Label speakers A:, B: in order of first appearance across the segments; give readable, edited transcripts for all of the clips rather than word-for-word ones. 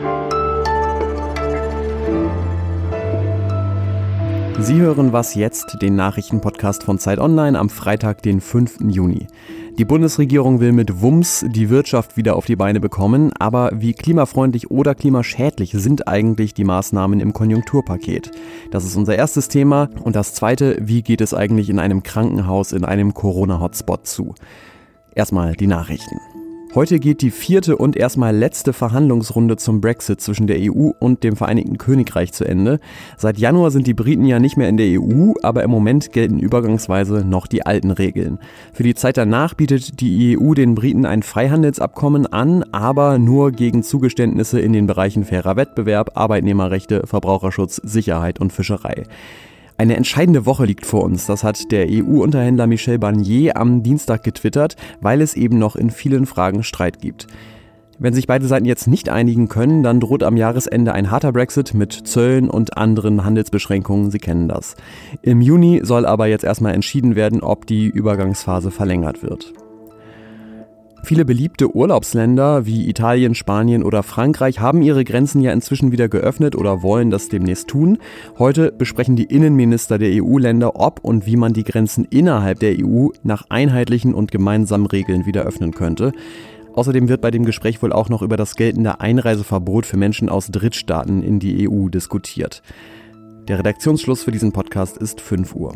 A: Sie hören Was jetzt, den Nachrichtenpodcast von Zeit Online am Freitag, den 5. Juni. Die Bundesregierung will mit Wumms die Wirtschaft wieder auf die Beine bekommen, aber wie klimafreundlich oder klimaschädlich sind eigentlich die Maßnahmen im Konjunkturpaket? Das ist unser erstes Thema. Und das zweite, wie geht es eigentlich in einem Krankenhaus in einem Corona-Hotspot zu? Erstmal die Nachrichten. Heute geht die 4. und erstmal letzte Verhandlungsrunde zum Brexit zwischen der EU und dem Vereinigten Königreich zu Ende. Seit Januar sind die Briten ja nicht mehr in der EU, aber im Moment gelten übergangsweise noch die alten Regeln. Für die Zeit danach bietet die EU den Briten ein Freihandelsabkommen an, aber nur gegen Zugeständnisse in den Bereichen fairer Wettbewerb, Arbeitnehmerrechte, Verbraucherschutz, Sicherheit und Fischerei. Eine entscheidende Woche liegt vor uns, das hat der EU-Unterhändler Michel Barnier am Dienstag getwittert, weil es eben noch in vielen Fragen Streit gibt. Wenn sich beide Seiten jetzt nicht einigen können, dann droht am Jahresende ein harter Brexit mit Zöllen und anderen Handelsbeschränkungen, Sie kennen das. Im Juni soll aber jetzt erstmal entschieden werden, ob die Übergangsphase verlängert wird. Viele beliebte Urlaubsländer wie Italien, Spanien oder Frankreich haben ihre Grenzen ja inzwischen wieder geöffnet oder wollen das demnächst tun. Heute besprechen die Innenminister der EU-Länder, ob und wie man die Grenzen innerhalb der EU nach einheitlichen und gemeinsamen Regeln wieder öffnen könnte. Außerdem wird bei dem Gespräch wohl auch noch über das geltende Einreiseverbot für Menschen aus Drittstaaten in die EU diskutiert. Der Redaktionsschluss für diesen Podcast ist 5 Uhr.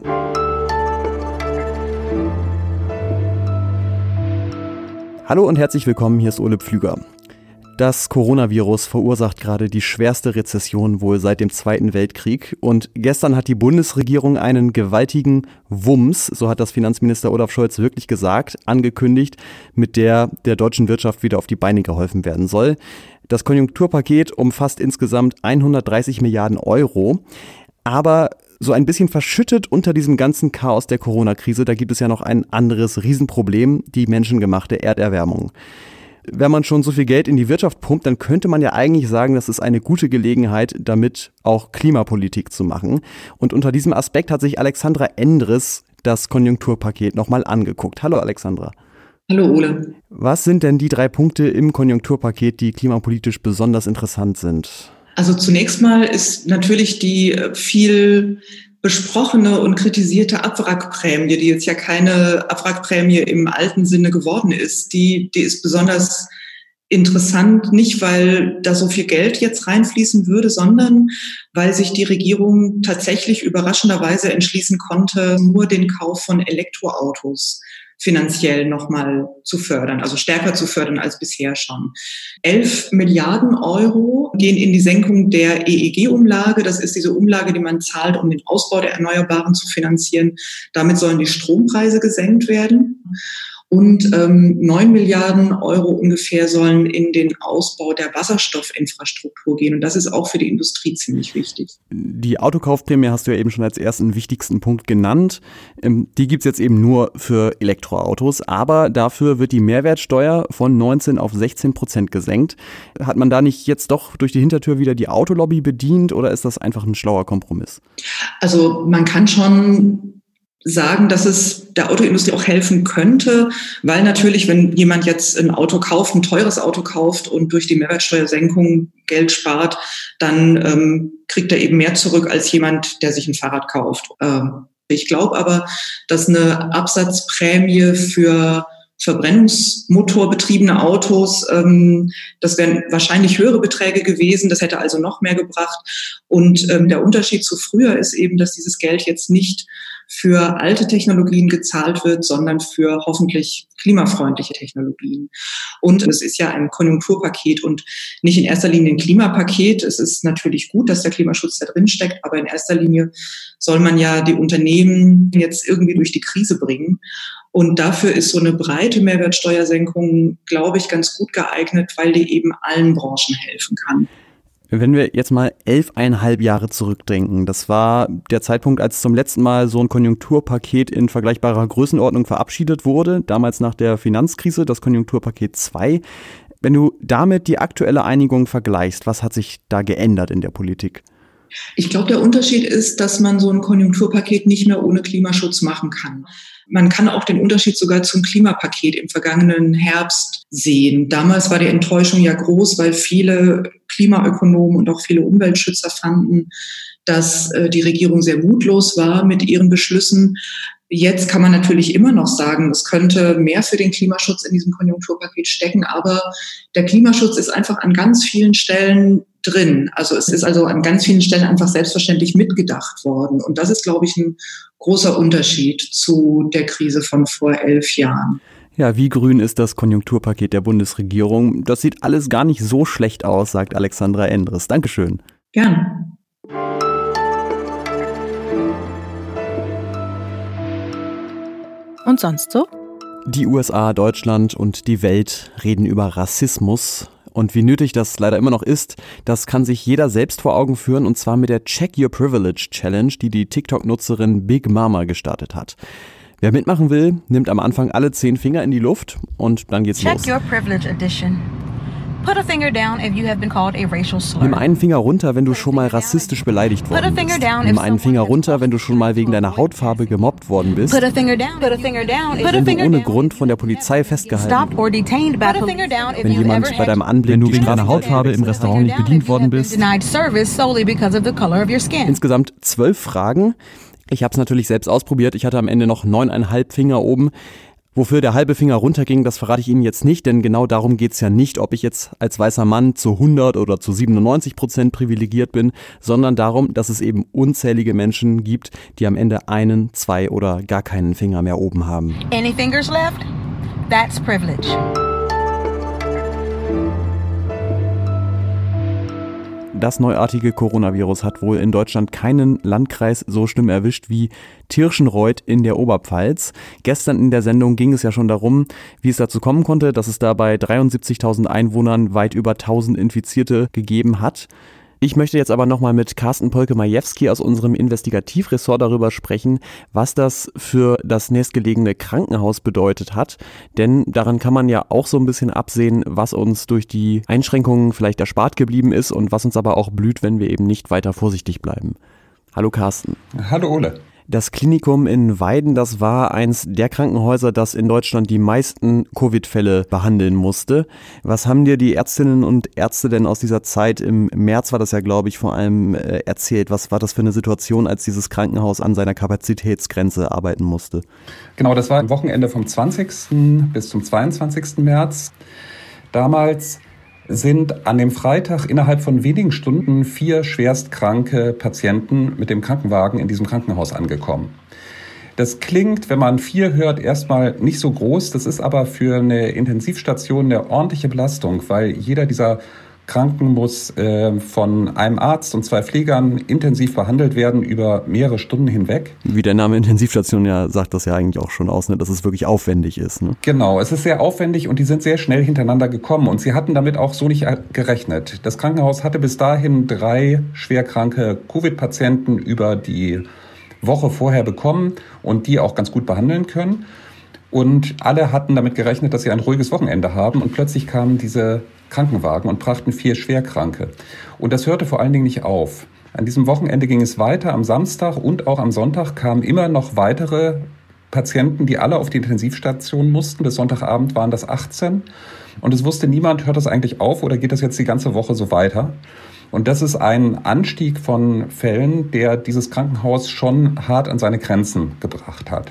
A: Hallo und herzlich willkommen, hier ist Ole Pflüger. Das Coronavirus verursacht gerade die schwerste Rezession wohl seit dem Zweiten Weltkrieg. Und gestern hat die Bundesregierung einen gewaltigen Wumms, so hat das Finanzminister Olaf Scholz wirklich gesagt, angekündigt, mit der deutschen Wirtschaft wieder auf die Beine geholfen werden soll. Das Konjunkturpaket umfasst insgesamt 130 Milliarden Euro. Aber so ein bisschen verschüttet unter diesem ganzen Chaos der Corona-Krise, da gibt es ja noch ein anderes Riesenproblem, die menschengemachte Erderwärmung. Wenn man schon so viel Geld in die Wirtschaft pumpt, dann könnte man ja eigentlich sagen, das ist eine gute Gelegenheit, damit auch Klimapolitik zu machen. Und unter diesem Aspekt hat sich Alexandra Endres das Konjunkturpaket nochmal angeguckt. Hallo Alexandra.
B: Hallo Ole.
A: Was sind denn die 3 Punkte im Konjunkturpaket, die klimapolitisch besonders interessant sind?
B: Also zunächst mal ist natürlich die viel besprochene und kritisierte Abwrackprämie, die jetzt ja keine Abwrackprämie im alten Sinne geworden ist, die ist besonders interessant, nicht weil da so viel Geld jetzt reinfließen würde, sondern weil sich die Regierung tatsächlich überraschenderweise entschließen konnte, nur den Kauf von Elektroautos finanziell nochmal zu fördern, also stärker zu fördern als bisher schon. 11 Milliarden Euro gehen in die Senkung der EEG-Umlage. Das ist diese Umlage, die man zahlt, um den Ausbau der Erneuerbaren zu finanzieren. Damit sollen die Strompreise gesenkt werden. Und 9 Milliarden Euro ungefähr sollen in den Ausbau der Wasserstoffinfrastruktur gehen. Und das ist auch für die Industrie ziemlich wichtig.
A: Die Autokaufprämie hast du ja eben schon als ersten wichtigsten Punkt genannt. Die gibt's jetzt eben nur für Elektroautos. Aber dafür wird die Mehrwertsteuer von 19 auf 16% gesenkt. Hat man da nicht jetzt doch durch die Hintertür wieder die Autolobby bedient oder ist das einfach ein schlauer Kompromiss?
B: Also man kann schon sagen, dass es der Autoindustrie auch helfen könnte, weil natürlich, wenn jemand jetzt ein Auto kauft, ein teures Auto kauft und durch die Mehrwertsteuersenkung Geld spart, dann kriegt er eben mehr zurück als jemand, der sich ein Fahrrad kauft. Ich glaube aber, dass eine Absatzprämie für verbrennungsmotorbetriebene Autos, das wären wahrscheinlich höhere Beträge gewesen, das hätte also noch mehr gebracht. Und der Unterschied zu früher ist eben, dass dieses Geld jetzt nicht für alte Technologien gezahlt wird, sondern für hoffentlich klimafreundliche Technologien. Und es ist ja ein Konjunkturpaket und nicht in erster Linie ein Klimapaket. Es ist natürlich gut, dass der Klimaschutz da drin steckt, aber in erster Linie soll man ja die Unternehmen jetzt irgendwie durch die Krise bringen. Und dafür ist so eine breite Mehrwertsteuersenkung, glaube ich, ganz gut geeignet, weil die eben allen Branchen helfen kann.
A: Wenn wir jetzt mal 11,5 Jahre zurückdenken, das war der Zeitpunkt, als zum letzten Mal so ein Konjunkturpaket in vergleichbarer Größenordnung verabschiedet wurde, damals nach der Finanzkrise, das Konjunkturpaket 2. Wenn du damit die aktuelle Einigung vergleichst, was hat sich da geändert in der Politik?
B: Ich glaube, der Unterschied ist, dass man so ein Konjunkturpaket nicht mehr ohne Klimaschutz machen kann. Man kann auch den Unterschied sogar zum Klimapaket im vergangenen Herbst sehen. Damals war die Enttäuschung ja groß, weil viele Klimaökonomen und auch viele Umweltschützer fanden, dass die Regierung sehr mutlos war mit ihren Beschlüssen. Jetzt kann man natürlich immer noch sagen, es könnte mehr für den Klimaschutz in diesem Konjunkturpaket stecken, aber der Klimaschutz ist einfach an ganz vielen Stellen drin. Also es ist also an ganz vielen Stellen einfach selbstverständlich mitgedacht worden. Und das ist, glaube ich, ein großer Unterschied zu der Krise von vor 11 Jahren.
A: Ja, wie grün ist das Konjunkturpaket der Bundesregierung? Das sieht alles gar nicht so schlecht aus, sagt Alexandra Endres. Dankeschön.
B: Gerne.
C: Und sonst so?
A: Die USA, Deutschland und die Welt reden über Rassismus. Und wie nötig das leider immer noch ist, das kann sich jeder selbst vor Augen führen, und zwar mit der Check Your Privilege Challenge, die TikTok-Nutzerin Big Mama gestartet hat. Wer mitmachen will, nimmt am Anfang alle 10 Finger in die Luft und dann geht's los.
C: Check Your Privilege Edition. Put a finger down if you have been called a racial slur.
A: Nimm einen Finger runter, wenn du schon mal rassistisch beleidigt worden bist. Nimm einen Finger runter, wenn du schon mal wegen deiner Hautfarbe gemobbt worden bist. Wenn du ohne Grund von der Polizei festgehalten wurdest. Wenn jemand bei deinem Anblick
D: wenn du wegen deiner Hautfarbe im Restaurant nicht bedient worden bist.
A: Insgesamt 12 Fragen. Ich habe es natürlich selbst ausprobiert. Ich hatte am Ende noch 9,5 Finger oben. Wofür der halbe Finger runterging, das verrate ich Ihnen jetzt nicht, denn genau darum geht's ja nicht, ob ich jetzt als weißer Mann zu 100 oder zu 97% privilegiert bin, sondern darum, dass es eben unzählige Menschen gibt, die am Ende einen, 2 oder gar keinen Finger mehr oben haben.
C: Any fingers left? That's privilege.
A: Das neuartige Coronavirus hat wohl in Deutschland keinen Landkreis so schlimm erwischt wie Tirschenreuth in der Oberpfalz. Gestern in der Sendung ging es ja schon darum, wie es dazu kommen konnte, dass es da bei 73.000 Einwohnern weit über 1.000 Infizierte gegeben hat. Ich möchte jetzt aber nochmal mit Carsten Polke-Majewski aus unserem Investigativressort darüber sprechen, was das für das nächstgelegene Krankenhaus bedeutet hat. Denn daran kann man ja auch so ein bisschen absehen, was uns durch die Einschränkungen vielleicht erspart geblieben ist und was uns aber auch blüht, wenn wir eben nicht weiter vorsichtig bleiben. Hallo Carsten.
E: Hallo Ole.
A: Das Klinikum in Weiden, das war eins der Krankenhäuser, das in Deutschland die meisten Covid-Fälle behandeln musste. Was haben dir die Ärztinnen und Ärzte denn aus dieser Zeit, im März war das ja, glaube ich, vor allem erzählt? Was war das für eine Situation, als dieses Krankenhaus an seiner Kapazitätsgrenze arbeiten musste?
E: Genau, das war am Wochenende vom 20. bis zum 22. März. Damals sind an dem Freitag innerhalb von wenigen Stunden 4 schwerstkranke Patienten mit dem Krankenwagen in diesem Krankenhaus angekommen. Das klingt, wenn man 4 hört, erstmal nicht so groß. Das ist aber für eine Intensivstation eine ordentliche Belastung, weil jeder dieser Kranken muss von einem Arzt und 2 Pflegern intensiv behandelt werden über mehrere Stunden hinweg.
A: Wie der Name Intensivstation ja sagt, das ja eigentlich auch schon aus, ne, dass es wirklich aufwendig ist. Ne?
E: Genau, es ist sehr aufwendig und die sind sehr schnell hintereinander gekommen und sie hatten damit auch so nicht gerechnet. Das Krankenhaus hatte bis dahin 3 schwerkranke Covid-Patienten über die Woche vorher bekommen und die auch ganz gut behandeln können. Und alle hatten damit gerechnet, dass sie ein ruhiges Wochenende haben und plötzlich kamen diese Krankenwagen und brachten 4 Schwerkranke. Und das hörte vor allen Dingen nicht auf. An diesem Wochenende ging es weiter. Am Samstag und auch am Sonntag kamen immer noch weitere Patienten, die alle auf die Intensivstation mussten. Bis Sonntagabend waren das 18. Und es wusste niemand, hört das eigentlich auf oder geht das jetzt die ganze Woche so weiter? Und das ist ein Anstieg von Fällen, der dieses Krankenhaus schon hart an seine Grenzen gebracht hat.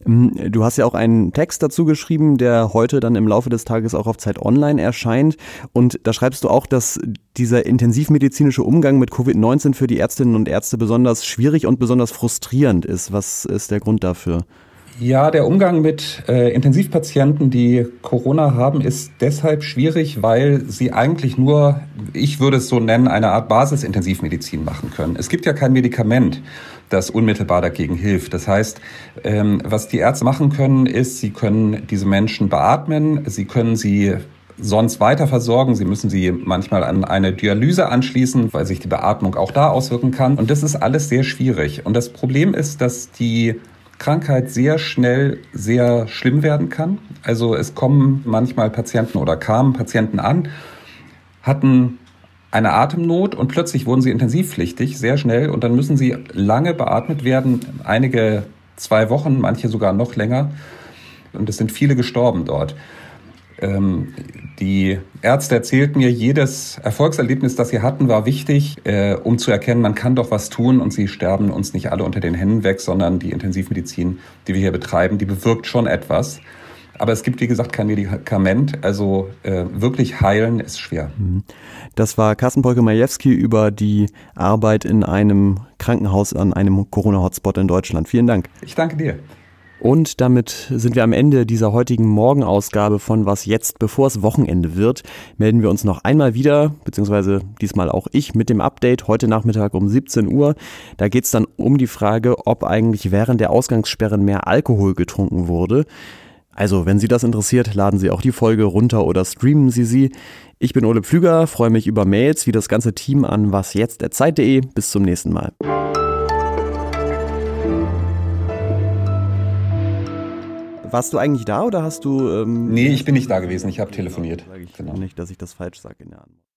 A: Du hast ja auch einen Text dazu geschrieben, der heute dann im Laufe des Tages auch auf Zeit Online erscheint. Und da schreibst du auch, dass dieser intensivmedizinische Umgang mit Covid-19 für die Ärztinnen und Ärzte besonders schwierig und besonders frustrierend ist. Was ist der Grund dafür?
E: Ja, der Umgang mit Intensivpatienten, die Corona haben, ist deshalb schwierig, weil sie eigentlich nur, ich würde es so nennen, eine Art Basisintensivmedizin machen können. Es gibt ja kein Medikament, das unmittelbar dagegen hilft. Das heißt, was die Ärzte machen können, ist, sie können diese Menschen beatmen, sie können sie sonst weiter versorgen. Sie müssen sie manchmal an eine Dialyse anschließen, weil sich die Beatmung auch da auswirken kann. Und das ist alles sehr schwierig. Und das Problem ist, dass die Krankheit sehr schnell sehr schlimm werden kann. Also es kommen manchmal Patienten oder kamen Patienten an, hatten eine Atemnot und plötzlich wurden sie intensivpflichtig, sehr schnell. Und dann müssen sie lange beatmet werden, einige 2 Wochen, manche sogar noch länger. Und es sind viele gestorben dort. Die Ärzte erzählten mir, jedes Erfolgserlebnis, das sie hatten, war wichtig, um zu erkennen, man kann doch was tun und sie sterben uns nicht alle unter den Händen weg, sondern die Intensivmedizin, die wir hier betreiben, die bewirkt schon etwas. Aber es gibt, wie gesagt, kein Medikament, also wirklich heilen ist schwer.
A: Das war Carsten Polke-Majewski über die Arbeit in einem Krankenhaus an einem Corona-Hotspot in Deutschland. Vielen Dank.
E: Ich danke dir.
A: Und damit sind wir am Ende dieser heutigen Morgenausgabe von Was jetzt, bevor es Wochenende wird, melden wir uns noch einmal wieder, beziehungsweise diesmal auch ich, mit dem Update heute Nachmittag um 17 Uhr. Da geht es dann um die Frage, ob eigentlich während der Ausgangssperren mehr Alkohol getrunken wurde. Also, wenn Sie das interessiert, laden Sie auch die Folge runter oder streamen Sie sie. Ich bin Ole Pflüger, freue mich über Mails wie das ganze Team an wasjetzt@zeit.de. Bis zum nächsten Mal. Warst du eigentlich da oder hast du...
E: Nee, ich bin nicht da gewesen, ich habe telefoniert.
A: Sage ich nicht, dass ich das falsch sage in der Antwort.